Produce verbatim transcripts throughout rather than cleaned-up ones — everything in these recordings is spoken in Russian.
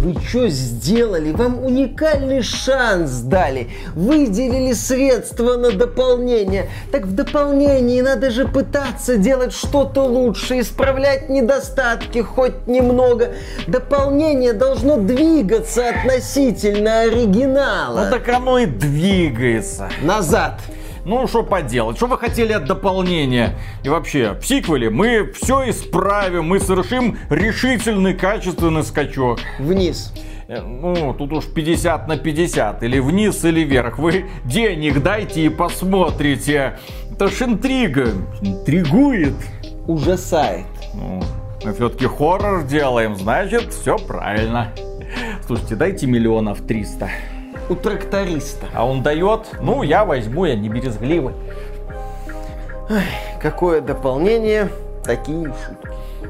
вы что сделали? Вам уникальный шанс дали. Выделили средства на дополнение. Так в дополнении надо же пытаться делать что-то лучше, исправлять недостатки хоть немного. Дополнение должно двигаться относительно оригинала. Ну так оно и двигается. Назад. Ну, что поделать? Что вы хотели от дополнения? И вообще, в сиквеле мы все исправим, мы совершим решительный, качественный скачок. Вниз. Ну, тут уж пятьдесят на пятьдесят. Или вниз, или вверх. Вы денег дайте и посмотрите. Это ж интрига. Интригует. Ужасает. Ну, мы все-таки хоррор делаем, значит, все правильно. Слушайте, дайте миллионов триста. У тракториста. А он дает? Ну, я возьму, я не березгливый. Ой, какое дополнение, такие шутки.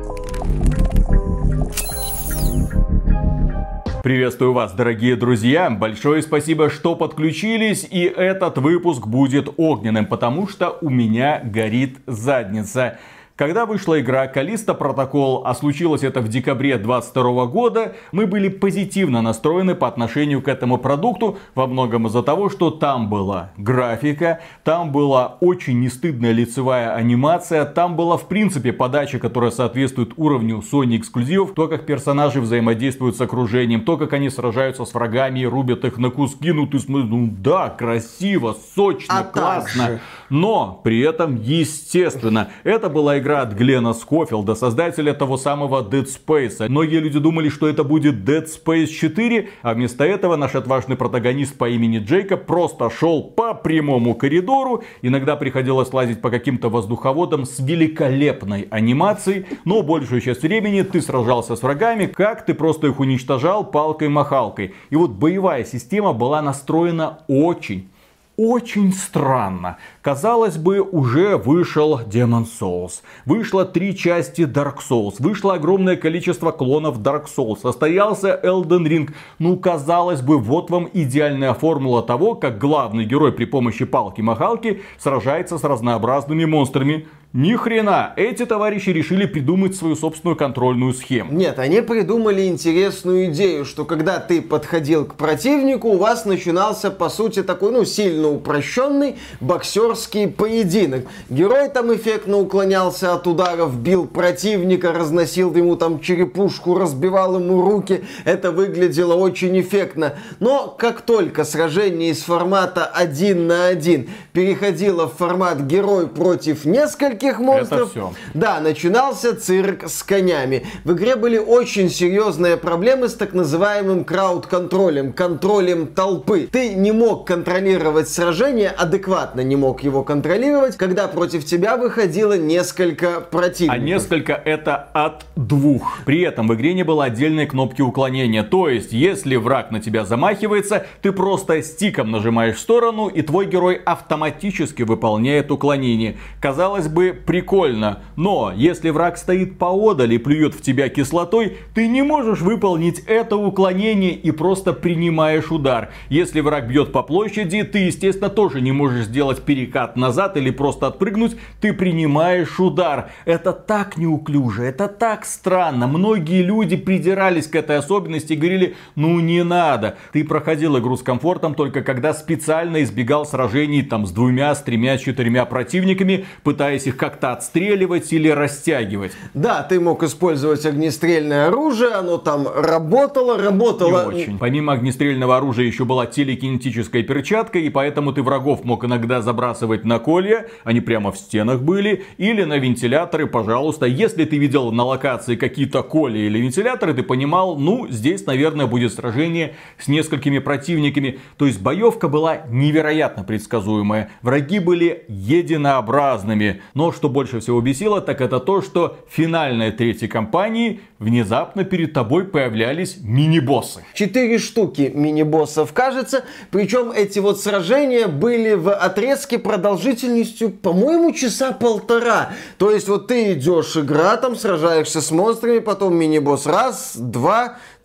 Приветствую вас, дорогие друзья. Большое спасибо, что подключились. И этот выпуск будет огненным, потому что у меня горит задница. Когда вышла игра Callisto Protocol, а случилось это в декабре двадцать второго года, мы были позитивно настроены по отношению к этому продукту, во многом из-за того, что там была графика, там была очень нестыдная лицевая анимация, там была в принципе подача, которая соответствует уровню Sony эксклюзивов, то, как персонажи взаимодействуют с окружением, то, как они сражаются с врагами и рубят их на куски. Ну ты смотри, ну да, красиво, сочно, а классно. также... Но при этом, естественно, это была игра от Глена Скофилда, создателя того самого Dead Space. Многие люди думали, что это будет Dead Space четыре, а вместо этого наш отважный протагонист по имени Джейкоб просто шел по прямому коридору. Иногда приходилось лазить по каким-то воздуховодам с великолепной анимацией, но большую часть времени ты сражался с врагами, как ты просто их уничтожал палкой-махалкой. И вот боевая система была настроена очень... Очень странно. Казалось бы, уже вышел Demon's Souls. Вышло три части Dark Souls. Вышло огромное количество клонов Dark Souls. Состоялся Elden Ring. Ну, казалось бы, вот вам идеальная формула того, как главный герой при помощи палки-махалки сражается с разнообразными монстрами. Ни хрена, эти товарищи решили придумать свою собственную контрольную схему. Нет, они придумали интересную идею, что когда ты подходил к противнику, у вас начинался, по сути, такой, ну, сильно упрощенный боксерский поединок. Герой там эффектно уклонялся от ударов, бил противника, разносил ему там черепушку, разбивал ему руки. Это выглядело очень эффектно. Но как только сражение из формата один на один переходило в формат герой против нескольких монстров, да, начинался цирк с конями. В игре были очень серьезные проблемы с так называемым крауд-контролем, контролем толпы. Ты не мог контролировать сражение, адекватно не мог его контролировать, когда против тебя выходило несколько противников. А несколько это от двух. При этом в игре не было отдельной кнопки уклонения. То есть, если враг на тебя замахивается, ты просто стиком нажимаешь в сторону, и твой герой автоматически выполняет уклонение. Казалось бы, прикольно, но если враг стоит поодаль и плюет в тебя кислотой, ты не можешь выполнить это уклонение и просто принимаешь удар. Если враг бьет по площади, ты, естественно, тоже не можешь сделать перекат назад или просто отпрыгнуть, ты принимаешь удар. Это так неуклюже, это так странно. Многие люди придирались к этой особенности и говорили, ну не надо. Ты проходил игру с комфортом только когда специально избегал сражений там с двумя, с тремя, с четырьмя противниками, пытаясь их как-то отстреливать или растягивать. Да, ты мог использовать огнестрельное оружие, оно там работало, работало. Не очень. Помимо огнестрельного оружия еще была телекинетическая перчатка, и поэтому ты врагов мог иногда забрасывать на колья, они прямо в стенах были, или на вентиляторы, пожалуйста. Если ты видел на локации какие-то колья или вентиляторы, ты понимал, ну, здесь, наверное, будет сражение с несколькими противниками. То есть боевка была невероятно предсказуемая. Враги были единообразными. Но что больше всего бесило, так это то, что в финальной третьей кампании внезапно перед тобой появлялись мини-боссы. Четыре штуки мини-боссов, кажется. Причем эти вот сражения были в отрезке продолжительностью, по-моему, часа полтора. То есть вот ты идешь, игра, там сражаешься с монстрами, потом мини-босс раз, два,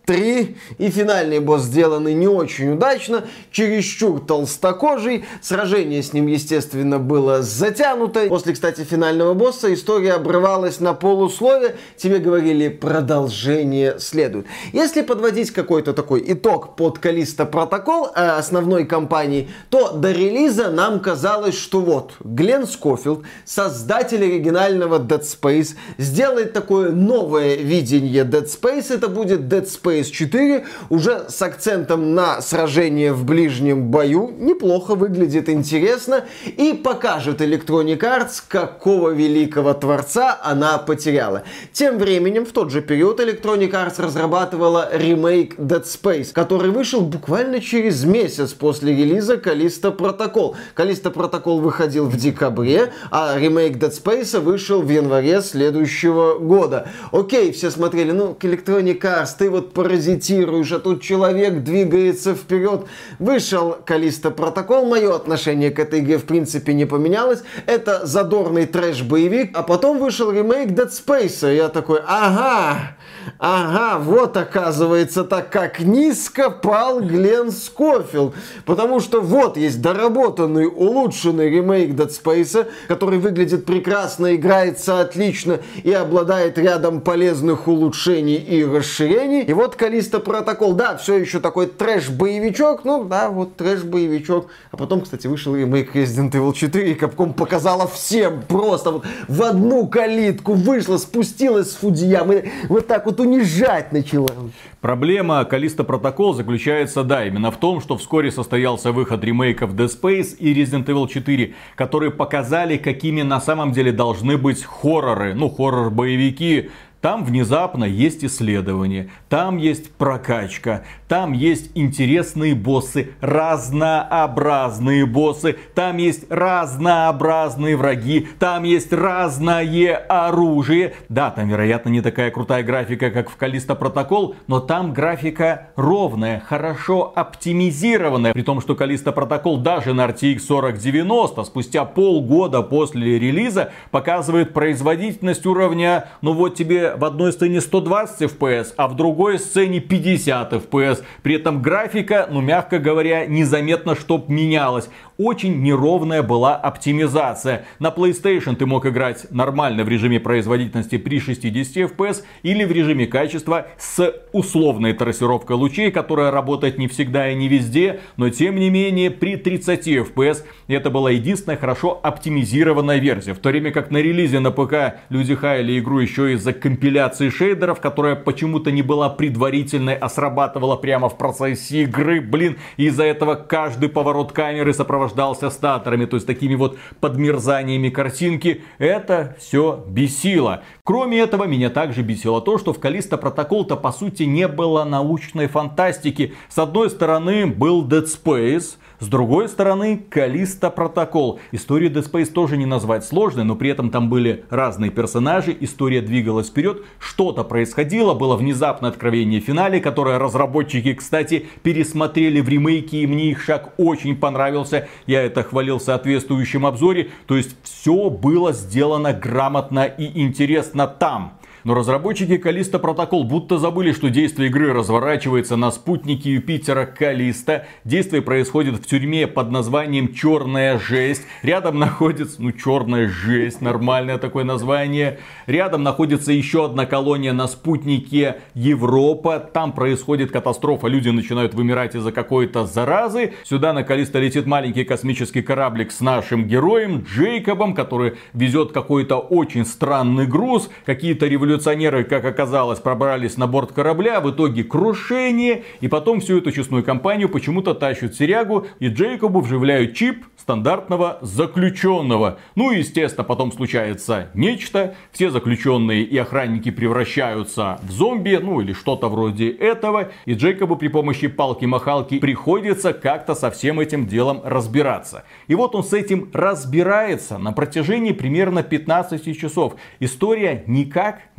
три, и финальный босс сделанный не очень удачно, чересчур толстокожий, сражение с ним, естественно, было затянуто. После, кстати, финального босса история обрывалась на полуслове, тебе говорили, продолжение следует. Если подводить какой-то такой итог под Callisto Protocol э, основной кампании, то до релиза нам казалось, что вот, Глен Скофилд, создатель оригинального Dead Space, сделает такое новое видение Dead Space, это будет Dead Space четыре, уже с акцентом на сражение в ближнем бою, неплохо выглядит, интересно, и покажет Electronic Arts, какого великого творца она потеряла. Тем временем, в тот же период, Electronic Arts разрабатывала ремейк Dead Space, который вышел буквально через месяц после релиза Callisto Protocol. Callisto Protocol выходил в декабре, а ремейк Dead Space вышел в январе следующего года. Окей, все смотрели, ну, Electronic Arts, ты вот паразитируешь, а тут человек двигается вперед. Вышел Callisto Protocol, мое отношение к этой игре в принципе не поменялось. Это задорный трэш-боевик, а потом вышел ремейк Dead Space. Я такой, ага, ага, вот оказывается так, как низко пал Глен Скофилд. Потому что вот есть доработанный, улучшенный ремейк Dead Space, который выглядит прекрасно, играется отлично и обладает рядом полезных улучшений и расширений. И вот Callisto Protocol, да, все еще такой трэш-боевичок, ну да, вот трэш-боевичок. А потом, кстати, вышел ремейк Resident Evil четыре, и Capcom показала всем просто вот в одну калитку вышла, спустилась с Фудзиямы, и вот так вот унижать начала. Проблема Callisto Protocol заключается, да, именно в том, что вскоре состоялся выход ремейков Dead Space и Resident Evil четыре, которые показали, какими на самом деле должны быть хорроры, ну, хоррор-боевики. Там внезапно есть исследование, там есть прокачка, там есть интересные боссы, разнообразные боссы, там есть разнообразные враги, там есть разное оружие. Да, там, вероятно, не такая крутая графика, как в Callisto Protocol, но там графика ровная, хорошо оптимизированная. При том, что Callisto Protocol даже на эр ти икс сорок девяносто спустя полгода после релиза показывает производительность уровня, ну вот тебе в одной сцене сто двадцать эф пи эс, а в другой сцене пятьдесят эф пи эс. При этом графика, ну мягко говоря, незаметно чтоб менялась. Очень неровная была оптимизация. На PlayStation ты мог играть нормально в режиме производительности при шестидесяти эф пи эс или в режиме качества с условной трассировкой лучей, которая работает не всегда и не везде, но тем не менее при тридцати эф пи эс это была единственная хорошо оптимизированная версия. В то время как на релизе на ПК люди хаяли игру еще из-за компиляции шейдеров, которая почему-то не была предварительной, а срабатывала прямо в процессе игры. Блин, из-за этого каждый поворот камеры сопровождался статорами, то есть такими вот подмерзаниями картинки. Это все бесило. Кроме этого, меня также бесило то, что в Callisto Protocol-то по сути не было научной фантастики. С одной стороны был Dead Space, с другой стороны Callisto Protocol. Историю Dead Space тоже не назвать сложной, но при этом там были разные персонажи, история двигалась вперед, что-то происходило, было внезапное откровение в финале, которое разработчики, кстати, пересмотрели в ремейке, и мне их шаг очень понравился. Я это хвалил в соответствующем обзоре. То есть все было сделано грамотно и интересно там. Но разработчики Callisto Protocol будто забыли, что действие игры разворачивается на спутнике Юпитера Калиста. Действие происходит в тюрьме под названием Черная Жесть. Рядом находится, ну Черная Жесть, нормальное такое название. Рядом находится еще одна колония на спутнике Европа. Там происходит катастрофа, люди начинают вымирать из-за какой-то заразы. Сюда на Калиста летит маленький космический кораблик с нашим героем Джейкобом, который везет какой-то очень странный груз. Какие-то революционеры Революционеры, как оказалось, пробрались на борт корабля, в итоге крушение, и потом всю эту честную компанию почему-то тащат в серягу, и Джейкобу вживляют чип стандартного заключенного. Ну и, естественно, потом случается нечто, все заключенные и охранники превращаются в зомби, ну или что-то вроде этого, и Джейкобу при помощи палки-махалки приходится как-то со всем этим делом разбираться. И вот он с этим разбирается на протяжении примерно пятнадцати часов. История никак не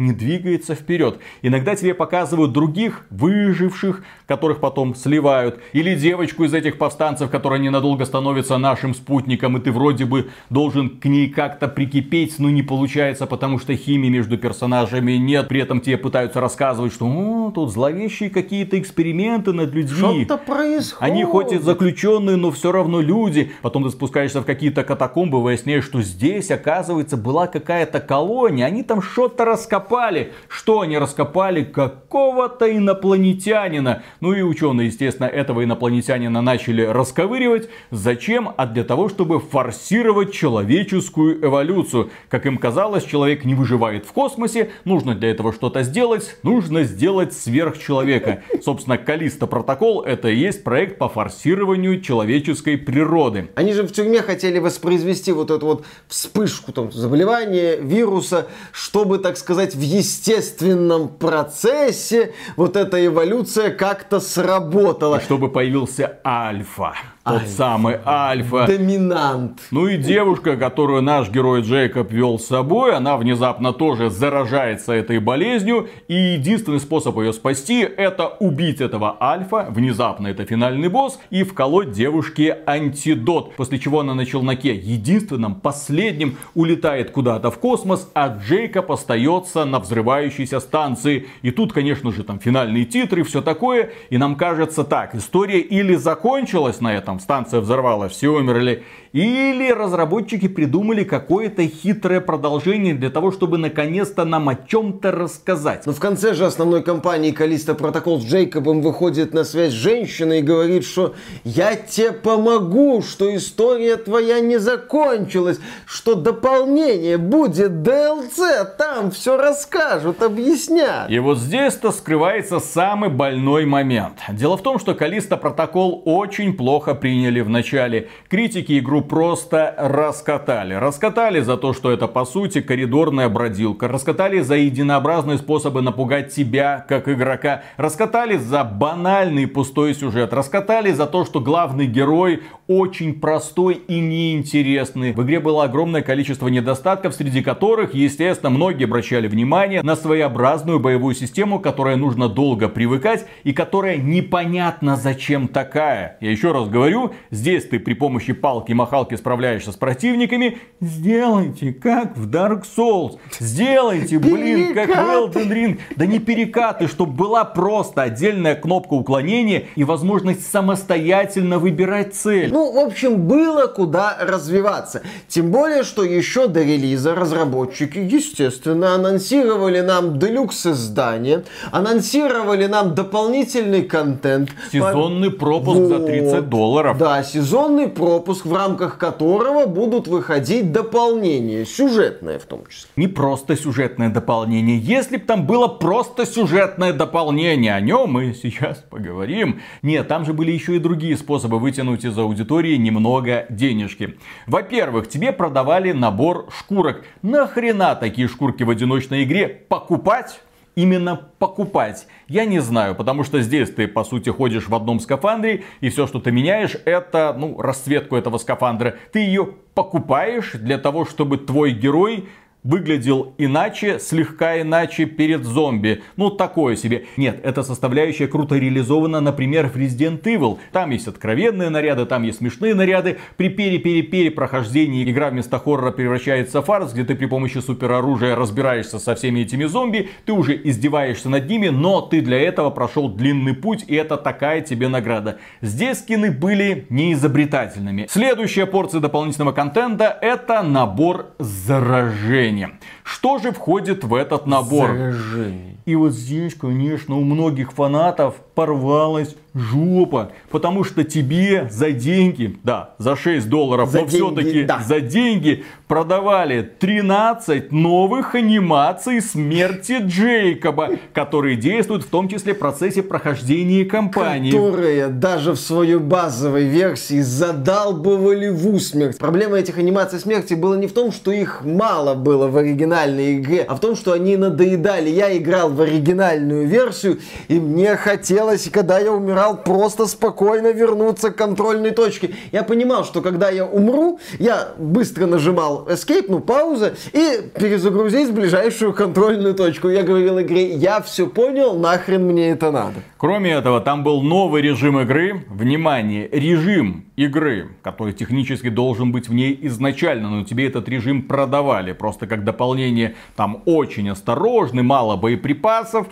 не двигается вперед. Иногда тебе показывают других выживших, которых потом сливают. Или девочку из этих повстанцев, которая ненадолго становится нашим спутником, и ты вроде бы должен к ней как-то прикипеть, но не получается, потому что химии между персонажами нет. При этом тебе пытаются рассказывать, что о, тут зловещие какие-то эксперименты над людьми. Что-то происходит. Они хоть и заключенные, но все равно люди. Потом ты спускаешься в какие-то катакомбы, выясняешь, что здесь, оказывается, была какая-то колония. Они там что-то раскопали. Что они раскопали? Какого-то инопланетянина. Ну и ученые, естественно, этого инопланетянина начали расковыривать. Зачем? А для того, чтобы форсировать человеческую эволюцию. Как им казалось, человек не выживает в космосе. Нужно для этого что-то сделать. Нужно сделать сверхчеловека. Собственно, Каллисто Протокол — это и есть проект по форсированию человеческой природы. Они же в тюрьме хотели воспроизвести вот эту вот вспышку там, заболевания, вируса, чтобы, так сказать, в естественном процессе вот эта эволюция как-то сработала. И чтобы появился Альфа. Тот Альфа. самый Альфа. Доминант. Ну и девушка, которую наш герой Джейкоб вел с собой, она внезапно тоже заражается этой болезнью. И единственный способ ее спасти — это убить этого Альфа. Внезапно это финальный босс. И вколоть девушке антидот. После чего она на челноке, единственном, последнем, улетает куда-то в космос. А Джейкоб остается на взрывающейся станции. И тут, конечно же, там финальные титры, все такое. И нам кажется так, история или закончилась на этом, станция взорвалась, все умерли, или разработчики придумали какое-то хитрое продолжение для того, чтобы наконец-то нам о чем-то рассказать. Но в конце же основной кампании Каллисто Протокол с Джейкобом выходит на связь женщина и говорит, что я тебе помогу, что история твоя не закончилась, что дополнение будет ди эл си, там все расскажут, объяснят. И вот здесь-то скрывается самый больной момент. Дело в том, что Каллисто Протокол очень плохо приняли в начале. Критики игру просто раскатали. Раскатали за то, что это по сути коридорная бродилка. Раскатали за единообразные способы напугать тебя, как игрока. Раскатали за банальный пустой сюжет. Раскатали за то, что главный герой очень простой и неинтересный. В игре было огромное количество недостатков, среди которых, естественно, многие обращали внимание на своеобразную боевую систему, которой нужно долго привыкать и которая непонятно зачем такая. Я еще раз говорю, здесь ты при помощи палки-махалки справляешься с противниками. Сделайте как в Dark Souls. Сделайте, блин, как в Elden Ring. Да не перекаты, чтобы была просто отдельная кнопка уклонения и возможность самостоятельно выбирать цель. Ну, в общем, было куда развиваться. Тем более, что еще до релиза разработчики, естественно, анонсировали нам делюкс издания, анонсировали нам дополнительный контент. Сезонный пропуск вот. за тридцать долларов. Да, сезонный пропуск, в рамках которого будут выходить дополнения, сюжетные в том числе. Не просто сюжетное дополнение. Если бы там было просто сюжетное дополнение, о нем мы сейчас поговорим. Нет, там же были еще и другие способы вытянуть из аудитории немного денежки. Во-первых, тебе продавали набор шкурок. Нахрена такие шкурки в одиночной игре покупать? Именно покупать. Я не знаю, потому что здесь ты, по сути, ходишь в одном скафандре, и все, что ты меняешь, это, ну, расцветку этого скафандра. Ты ее покупаешь для того, чтобы твой герой выглядел иначе, слегка иначе перед зомби. Ну, такое себе. Нет, эта составляющая круто реализована, например, в Resident Evil. Там есть откровенные наряды, там есть смешные наряды. При пере-пере-пере прохождении игра вместо хоррора превращается в фарс, где ты при помощи супероружия разбираешься со всеми этими зомби. Ты уже издеваешься над ними, но ты для этого прошел длинный путь, и это такая тебе награда. Здесь скины были неизобретательными. Следующая порция дополнительного контента — это набор заражений. Что же входит в этот набор? Заражение. И вот здесь, конечно, у многих фанатов порвалась жопа. Потому что тебе за деньги, да, за шесть долларов, за но все-таки да. за деньги продавали тринадцать новых анимаций смерти Джейкоба, которые действуют в том числе в процессе прохождения кампании. Которые даже в своей базовой версии задалбывали в усмерть. Проблема этих анимаций смерти была не в том, что их мало было в оригинальной игре, а в том, что они надоедали. Я играл в оригинальную версию, и мне хотелось, когда я умирал, просто спокойно вернуться к контрольной точке. Я понимал, что когда я умру, я быстро нажимал Escape, ну пауза, и перезагрузить ближайшую контрольную точку. Я говорил игре, я все понял, нахрен мне это надо. Кроме этого, там был новый режим игры. Внимание, режим игры, который технически должен быть в ней изначально, но тебе этот режим продавали. Просто как дополнение, там очень осторожный, мало боеприпасов.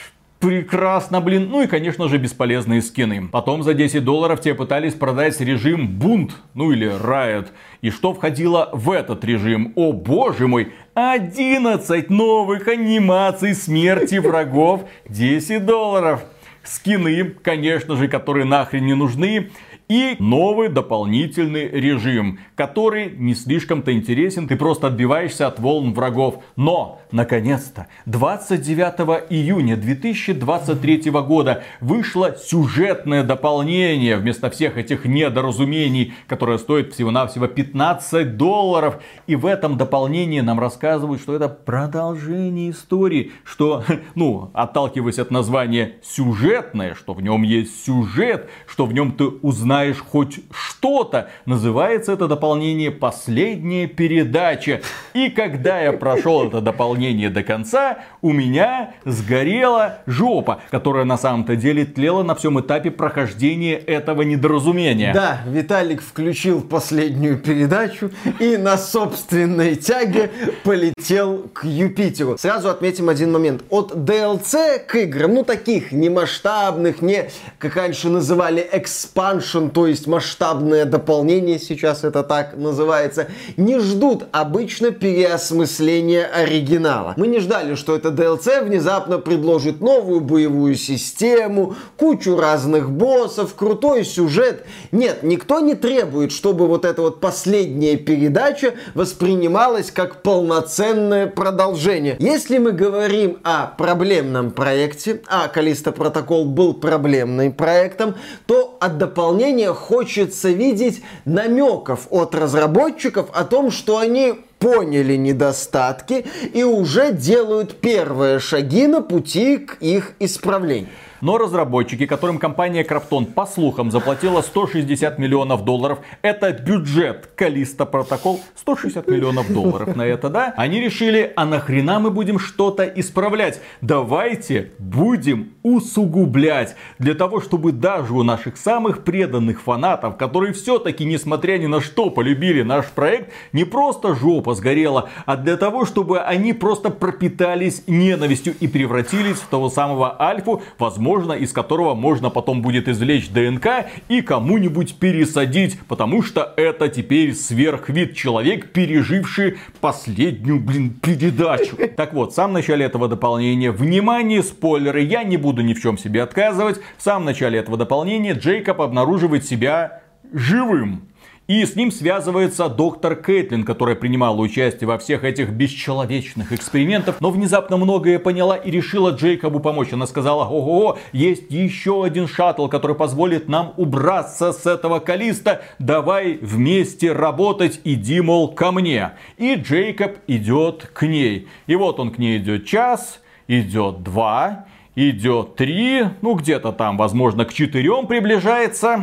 Прекрасно, блин. Ну и, конечно же, бесполезные скины. Потом за десять долларов тебе пытались продать режим Бунт, ну или Riot. И что входило в этот режим? О боже мой, одиннадцать новых анимаций смерти врагов, десять долларов. Скины, конечно же, которые нахрен не нужны. И новый дополнительный режим, который не слишком-то интересен, ты просто отбиваешься от волн врагов. Но, наконец-то, двадцать девятого июня две тысячи двадцать третьего года вышло сюжетное дополнение вместо всех этих недоразумений, которое стоит всего-навсего пятнадцать долларов. И в этом дополнении нам рассказывают, что это продолжение истории, что, ну, отталкиваясь от названия сюжетное, что в нем есть сюжет, что в нем ты узнаешь хоть что-то. Называется это дополнение «Последняя передача». И когда я прошел это дополнение до конца, у меня сгорела жопа, которая на самом-то деле тлела на всем этапе прохождения этого недоразумения. Да, Виталик включил последнюю передачу и на собственной тяге полетел к Юпитеру. Сразу отметим один момент. От ди эл си к играм, ну таких не масштабных, не, как раньше называли, expansion, то есть масштабное дополнение, сейчас это так называется, не ждут обычно переосмысления оригинала. Мы не ждали, что это ди эл си внезапно предложит новую боевую систему, кучу разных боссов, крутой сюжет. Нет, никто не требует, чтобы вот эта вот последняя передача воспринималась как полноценное продолжение. Если мы говорим о проблемном проекте, а Callisto Protocol был проблемным проектом, то от дополнения хочется видеть намеков от разработчиков о том, что они поняли недостатки и уже делают первые шаги на пути к их исправлению. Но разработчики, которым компания Krafton, по слухам, заплатила сто шестьдесят миллионов долларов, это бюджет Callisto Protocol, сто шестьдесят миллионов долларов на это, да? Они решили, а нахрена мы будем что-то исправлять? Давайте будем усугублять. Для того, чтобы даже у наших самых преданных фанатов, которые все-таки, несмотря ни на что, полюбили наш проект, не просто жопа сгорела, а для того, чтобы они просто пропитались ненавистью и превратились в того самого Альфу, возможно, из которого можно потом будет извлечь ДНК и кому-нибудь пересадить, потому что это теперь сверхвид, человек, переживший последнюю, блин, передачу. Так вот, в самом начале этого дополнения, внимание, спойлеры, я не буду ни в чем себе отказывать, в самом начале этого дополнения Джейкоб обнаруживает себя живым. И с ним связывается доктор Кэтлин, которая принимала участие во всех этих бесчеловечных экспериментах, но внезапно многое поняла и решила Джейкобу помочь. Она сказала: ого, есть еще один шаттл, который позволит нам убраться с этого Callisto. Давай вместе работать, иди, мол, ко мне. И Джейкоб идет к ней. И вот он к ней идет час, идет два, идет три, ну где-то там, возможно, к четырем приближается.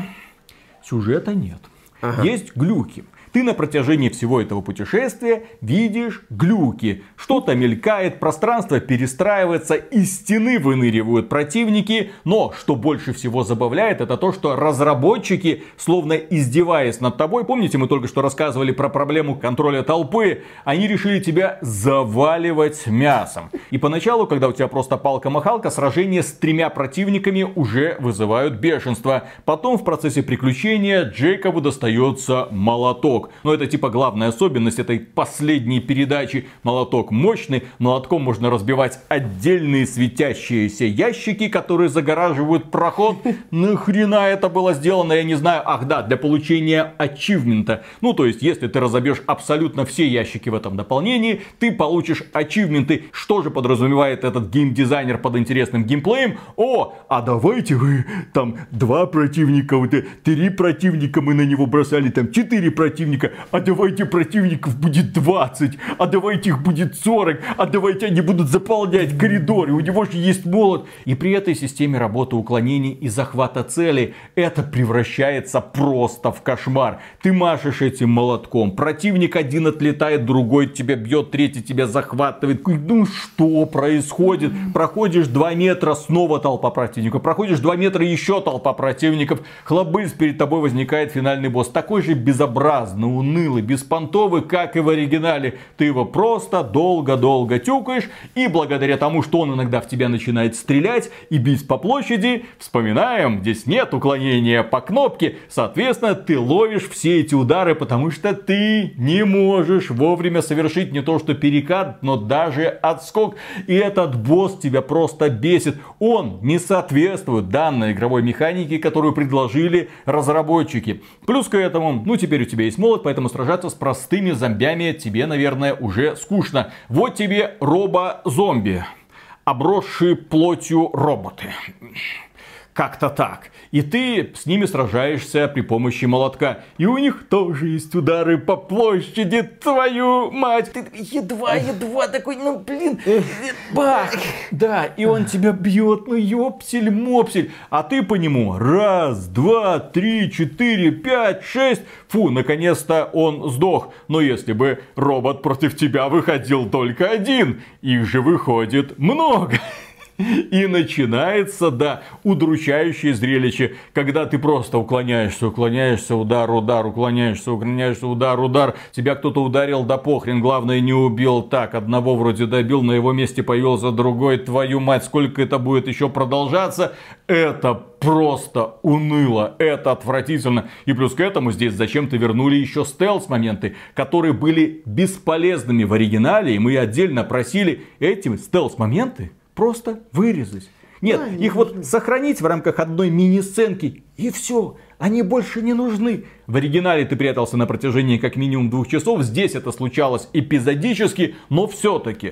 Сюжета нет. Ага. Есть глюки. Ты на протяжении всего этого путешествия видишь глюки. Что-то мелькает, пространство перестраивается, из стены выныривают противники. Но, что больше всего забавляет, это то, что разработчики, словно издеваясь над тобой, помните, мы только что рассказывали про проблему контроля толпы, они решили тебя заваливать мясом. И поначалу, когда у тебя просто палка-махалка, сражения с тремя противниками уже вызывают бешенство. Потом в процессе приключения Джейкобу достается молоток. Но это типа главная особенность этой последней передачи. Молоток мощный, молотком можно разбивать отдельные светящиеся ящики, которые загораживают проход. Нахрена это было сделано, я не знаю. Ах да, для получения ачивмента. Ну то есть, если ты разобьешь абсолютно все ящики в этом дополнении, ты получишь ачивменты. Что же подразумевает этот геймдизайнер под интересным геймплеем? О, а давайте вы там два противника, вот, три противника мы на него бросали, там четыре противника. противника, а давайте противников будет двадцать, а давайте их будет сорок, а давайте они будут заполнять коридоры, у него же есть молот. И при этой системе работы уклонений и захвата цели это превращается просто в кошмар. Ты машешь этим молотком, противник один отлетает, другой тебя бьет, третий тебя захватывает. Ну что происходит? Проходишь два метра, снова толпа противников, проходишь два метра, еще толпа противников, хлобысь, перед тобой возникает финальный босс. Такой же безобразный, унылый, беспонтовый, как и в оригинале. Ты его просто долго-долго тюкаешь, и благодаря тому, что он иногда в тебя начинает стрелять и бить по площади, вспоминаем, здесь нет уклонения по кнопке, соответственно, ты ловишь все эти удары, потому что ты не можешь вовремя совершить не то что перекат, но даже отскок. И этот босс тебя просто бесит. Он не соответствует данной игровой механике, которую предложили разработчики. Плюс к этому, ну теперь у тебя есть молот, поэтому сражаться с простыми зомбями тебе, наверное, уже скучно. Вот тебе робо-зомби, обросшие плотью роботы. Как-то так. И ты с ними сражаешься при помощи молотка. И у них тоже есть удары по площади, твою мать. Ты едва-едва такой, ну блин, бах. Да, и он тебя бьет, ну ёпсель-мопсель. А ты по нему раз, два, три, четыре, пять, шесть. Фу, наконец-то он сдох. Но если бы робот против тебя выходил только один, их же выходит много. И начинается, да, удручающее зрелище, когда ты просто уклоняешься, уклоняешься, удар, удар, уклоняешься, уклоняешься, удар, удар. Тебя кто-то ударил, да похрен, главное не убил. Так, одного вроде добил, на его месте появился другой. Твою мать, сколько это будет еще продолжаться? Это просто уныло, это отвратительно. И плюс к этому здесь зачем-то вернули еще стелс-моменты, которые были бесполезными в оригинале. И мы отдельно просили эти стелс-моменты просто вырезать. Нет, а, их вот сохранить в рамках одной мини-сценки, и все. Они больше не нужны. В оригинале ты прятался на протяжении как минимум двух часов. Здесь это случалось эпизодически, но все-таки.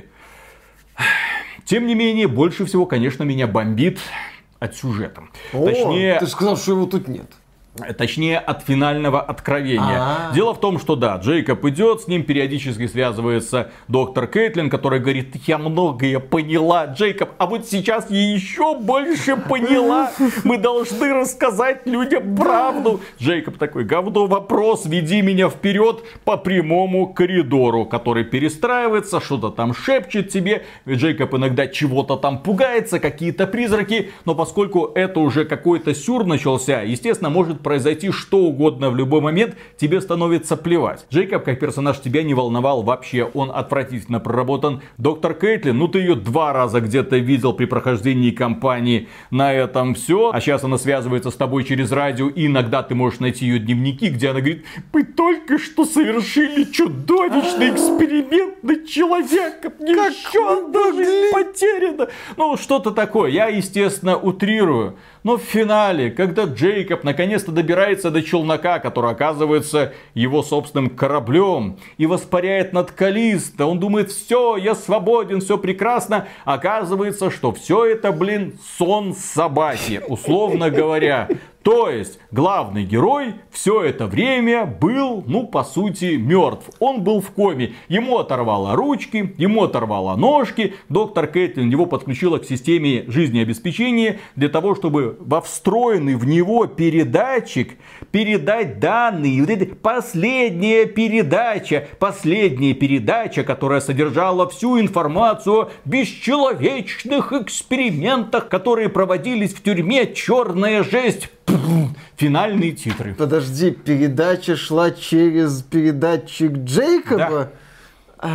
Тем не менее, больше всего, конечно, меня бомбит от сюжета. О, Точнее, ты сказал, что его тут нет. Точнее, от финального откровения. А-а-а. Дело в том, что да, Джейкоб идет, с ним периодически связывается доктор Кейтлин, которая говорит: я многое поняла, Джейкоб, а вот сейчас я еще больше поняла. Мы должны рассказать людям правду. Джейкоб такой: говно вопрос, веди меня вперед по прямому коридору, который перестраивается, что-то там шепчет тебе. Джейкоб иногда чего-то там пугается, какие-то призраки, но поскольку это уже какой-то сюр начался, естественно, может произойти что угодно в любой момент, тебе становится плевать. Джейкоб как персонаж тебя не волновал вообще, он отвратительно проработан. Доктор Кейтлин, ну ты ее два раза где-то видел при прохождении кампании, на этом все. А сейчас она связывается с тобой через радио, и иногда ты можешь найти ее дневники, где она говорит: мы только что совершили чудовищный эксперимент над человеком, ничего даже потеряно. Ну что-то такое, я естественно утрирую. Но в финале, когда Джейкоб наконец-то добирается до челнока, который оказывается его собственным кораблем, и воспаряет над Каллисто, он думает: все, я свободен, все прекрасно. Оказывается, что все это, блин, сон собаки, условно говоря. То есть, главный герой все это время был, ну, по сути, мертв. Он был в коме. Ему оторвало ручки, ему оторвало ножки. Доктор Кейтлин его подключила к системе жизнеобеспечения для того, чтобы во встроенный в него передатчик передать данные. Вот это последняя передача, последняя передача, которая содержала всю информацию о бесчеловечных экспериментах, которые проводились в тюрьме. Черная жесть. Финальные титры. Подожди, передача шла через передатчик Джейкоба? Да.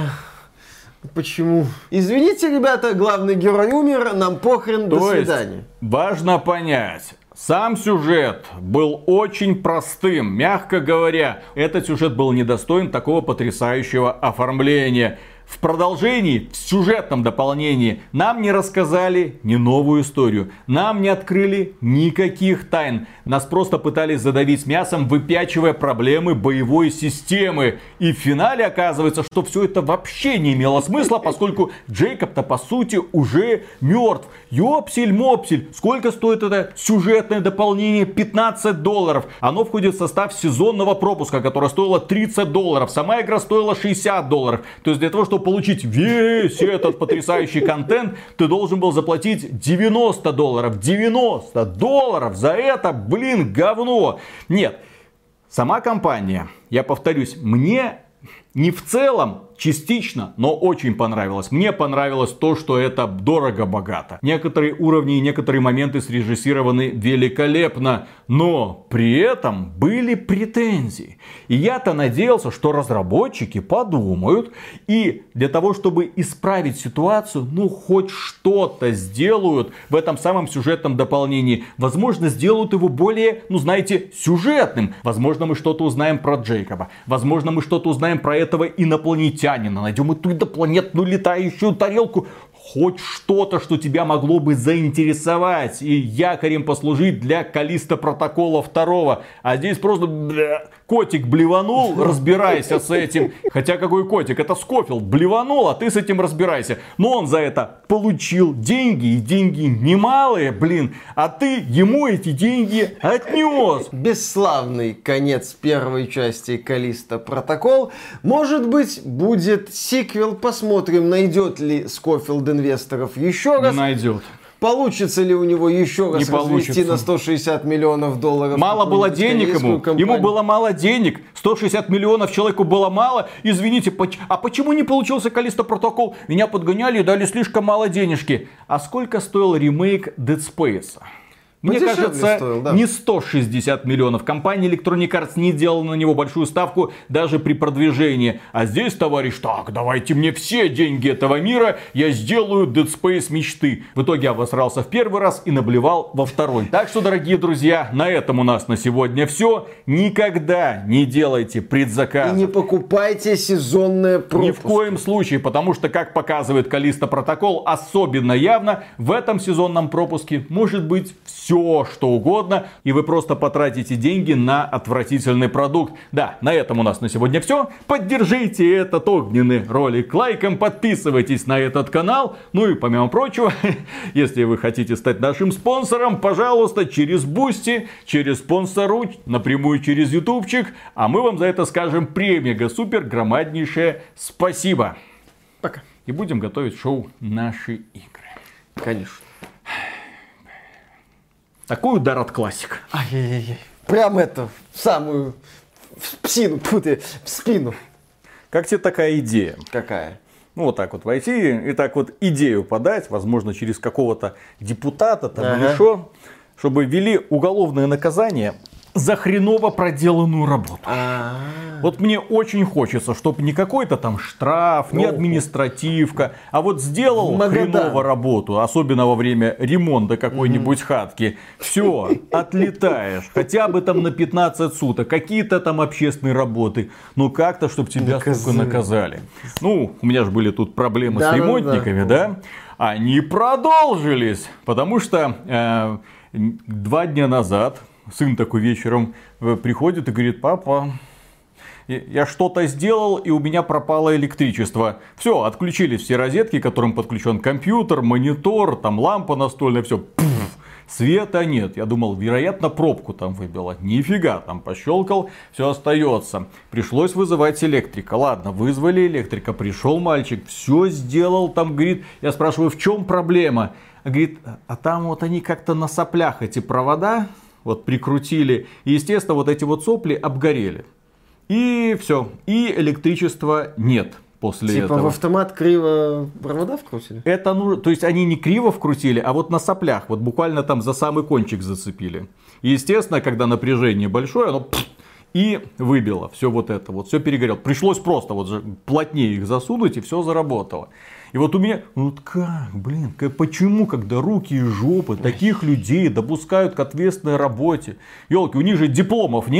Почему? Извините, ребята, главный герой умер, нам похрен, до То свидания. Есть, важно понять. Сам сюжет был очень простым, мягко говоря. Этот сюжет был недостоин такого потрясающего оформления. В продолжении, в сюжетном дополнении, нам не рассказали ни новую историю. Нам не открыли никаких тайн. Нас просто пытались задавить мясом, выпячивая проблемы боевой системы. И в финале оказывается, что все это вообще не имело смысла, поскольку Джейкоб-то по сути уже мертв. Ёпсель-мопсель. Сколько стоит это сюжетное дополнение? пятнадцать долларов. Оно входит в состав сезонного пропуска, которое стоило тридцать долларов. Сама игра стоила шестьдесят долларов. То есть для того, чтобы получить весь этот потрясающий контент, ты должен был заплатить девяносто долларов. девяносто долларов за это, блин, говно. Нет, сама компания, я повторюсь, мне не в целом, частично, но очень понравилось. Мне понравилось то, что это дорого-богато. Некоторые уровни и некоторые моменты срежиссированы великолепно, но при этом были претензии. И я-то надеялся, что разработчики подумают и для того, чтобы исправить ситуацию, ну хоть что-то сделают в этом самом сюжетном дополнении. Возможно, сделают его более, ну знаете, сюжетным. Возможно, мы что-то узнаем про Джейкоба. Возможно, мы что-то узнаем про этого инопланетянина. Найдем эту инопланетную летающую тарелку. Хоть что-то, что тебя могло бы заинтересовать и якорем послужить для Каллисто Протокола второго. А здесь просто бля, котик блеванул, разбирайся с этим. Хотя какой котик? Это Скофилд блеванул, а ты с этим разбирайся. Но он за это получил деньги, и деньги немалые, блин. А ты ему эти деньги отнес. Бесславный конец первой части Каллисто Протокол. Может быть, будет сиквел. Посмотрим, найдет ли Скофилд инвесторов еще раз. Не найдет. Получится ли у него еще раз не развести получится. на сто шестьдесят миллионов долларов? Мало было денег ему. Компанию? Ему было мало денег. сто шестьдесят миллионов человеку было мало. Извините, поч- а почему не получился Каллисто Протокол? Меня подгоняли и дали слишком мало денежки. А сколько стоил ремейк Dead Space? Мне Подешевле кажется, стоил, да. не сто шестьдесят миллионов. Компания Electronic Arts не делала на него большую ставку даже при продвижении. А здесь, товарищ, так, давайте мне все деньги этого мира, я сделаю Dead Space мечты. В итоге обосрался в первый раз и наблевал во второй. Так что, дорогие друзья, на этом у нас на сегодня все. Никогда не делайте предзаказы. И не покупайте сезонное пропуск. Ни в коем случае, потому что, как показывает Каллисто Протокол, особенно явно в этом сезонном пропуске может быть все. Все, что угодно, и вы просто потратите деньги на отвратительный продукт. Да, на этом у нас на сегодня все. Поддержите этот огненный ролик лайком, подписывайтесь на этот канал. Ну и помимо прочего, если вы хотите стать нашим спонсором, пожалуйста, через Бусти, через спонсору, напрямую через ютубчик. А мы вам за это скажем премега-супер громаднейшее спасибо. Пока. И будем готовить шоу «Наши игры». Конечно. Такой удар от классик. Ай-яй-яй. Прям это, в самую, в псину, путы, в спину. Как тебе такая идея? Какая? Ну, вот так вот войти и так вот идею подать, возможно, через какого-то депутата там Ага. или что, чтобы ввели уголовное наказание за хреново проделанную работу. А-а-а. Вот мне очень хочется, чтобы не какой-то там штраф, не Ну. административка, а вот сделал Магадан. хреново работу, особенно во время ремонта какой-нибудь хатки. Все, отлетаешь. Хотя бы там на пятнадцать суток. Какие-то там общественные работы. Ну как-то, чтобы тебя Наказали. сука наказали. Ну, у меня же были тут проблемы с Да-да-да. ремонтниками, да? Они продолжились. Потому что э, два дня назад сын такой вечером э, приходит и говорит: папа, я что-то сделал, и у меня пропало электричество. Все, отключили все розетки, к которым подключен компьютер, монитор, там лампа настольная, все. Света нет. Я думал, вероятно, пробку там выбило. Нифига, там пощелкал, все остается. Пришлось вызывать электрика. Ладно, вызвали электрика, пришел мальчик, все сделал, там, говорит, я спрашиваю, в чем проблема? Говорит, а там вот они как-то на соплях, эти провода, вот прикрутили. И, естественно, вот эти вот сопли обгорели. И все. И электричества нет после Типа этого. в автомат криво провода вкрутили? Это нужно, то есть они не криво вкрутили, а вот на соплях, вот буквально там за самый кончик зацепили. И, естественно, когда напряжение большое, оно пфф, и выбило все вот это, вот все перегорело. Пришлось просто вот же плотнее их засунуть, и все заработало. И вот у меня, ну вот как, блин, как, почему, когда руки и жопы таких людей допускают к ответственной работе? Ёлки, у них же дипломов нет.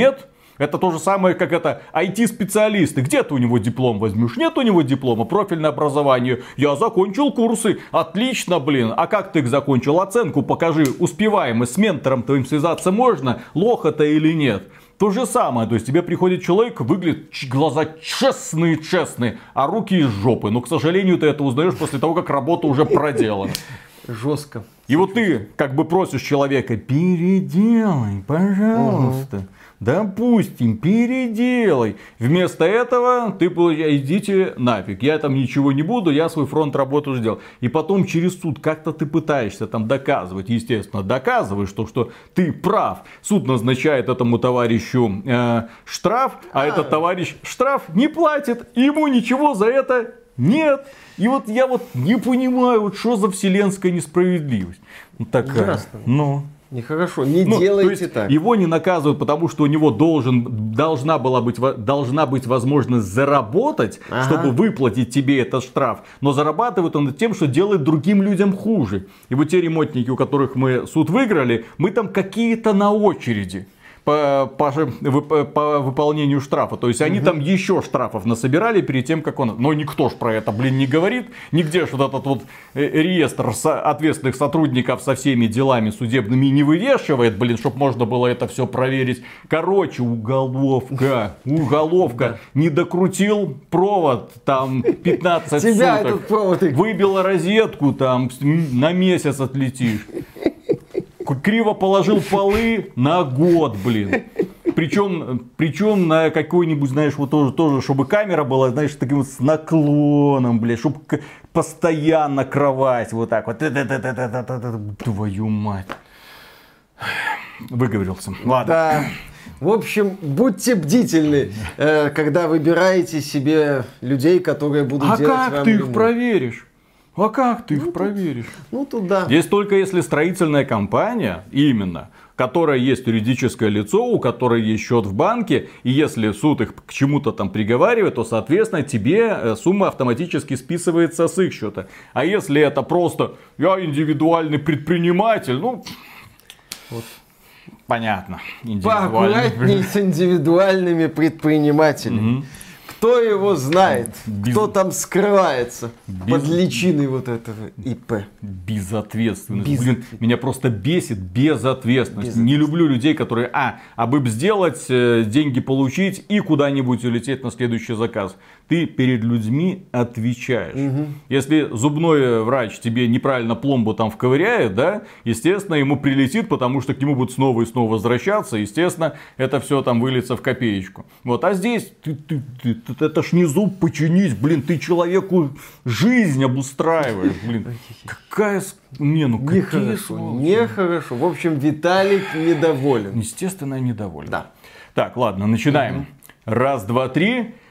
Это то же самое, как это ай ти-специалисты. Где ты у него диплом возьмешь? Нет у него диплома, профильное образование. Я закончил курсы. Отлично, блин. А как ты их закончил? Оценку покажи. Успеваемость. С ментором твоим связаться можно? Лох это или нет? То же самое, то есть тебе приходит человек, выглядит глаза честные-честные, а руки из жопы. Но, к сожалению, ты это узнаешь после того, как работа уже проделана. Жестко. И вот ты как бы просишь человека: переделай, пожалуйста. Угу. Допустим, переделай. Вместо этого ты идите нафиг. Я там ничего не буду, я свой фронт работу сделал. И потом через суд как-то ты пытаешься там доказывать. Естественно, доказываешь, что, что ты прав. Суд назначает этому товарищу э, штраф, а, а этот товарищ штраф не платит. И ему ничего за это нет. И вот я вот не понимаю, вот что за вселенская несправедливость. Вот такая. Ну... Нехорошо, не ну, делайте то есть так. Его не наказывают, потому что у него должен, должна, была быть, должна быть возможность заработать, ага. чтобы выплатить тебе этот штраф. Но зарабатывает он тем, что делает другим людям хуже. И вот те ремонтники, у которых мы суд выиграли, мы там какие-то на очереди. По, по, по, по выполнению штрафа. То есть они угу. там еще штрафов насобирали перед тем, как он... Но никто ж про это, блин, не говорит. Нигде ж вот этот вот реестр ответственных сотрудников со всеми делами судебными не вывешивает, блин, чтобы можно было это все проверить. Короче, уголовка, уголовка. Не докрутил провод, там, пятнадцать суток. Выбил розетку, там, на месяц отлетишь. Криво положил полы на год, блин. Причем, причем на какой-нибудь, знаешь, вот тоже, тоже, чтобы камера была, знаешь, таким вот с наклоном, блядь, чтобы постоянно кровать вот так вот. Твою мать. Выговорился. Ладно. Да. В общем, будьте бдительны, когда выбираете себе людей, которые будут а делать вам как ты их ремонт. проверишь? А как ты их ну, проверишь? Ну, туда. Здесь только если строительная компания, именно, которая есть юридическое лицо, у которой есть счет в банке, и если суд их к чему-то там приговаривает, то, соответственно, тебе сумма автоматически списывается с их счета. А если это просто я индивидуальный предприниматель, ну, вот. Понятно. Поаккуратней с индивидуальными предпринимателями. Угу. Кто его знает? Без... Кто там скрывается Без... под личиной вот этого ИП? Безответственность. Без... Блин, меня просто бесит безответственность. Не люблю людей, которые, а, а бы сделать, деньги получить и куда-нибудь улететь на следующий заказ. Ты перед людьми отвечаешь. Угу. Если зубной врач тебе неправильно пломбу там вковыряет, да, естественно, ему прилетит, потому что к нему будут снова и снова возвращаться. Естественно, это все там выльется в копеечку. Вот, а здесь ты, ты, ты, ты, это ж не зуб починить, блин, ты человеку жизнь обустраиваешь, блин. Какая... Не, ну какие Нехорошо, нехорошо. В общем, Виталик недоволен. Естественно, недоволен. Да. Так, ладно, начинаем. Угу. Раз, два, три.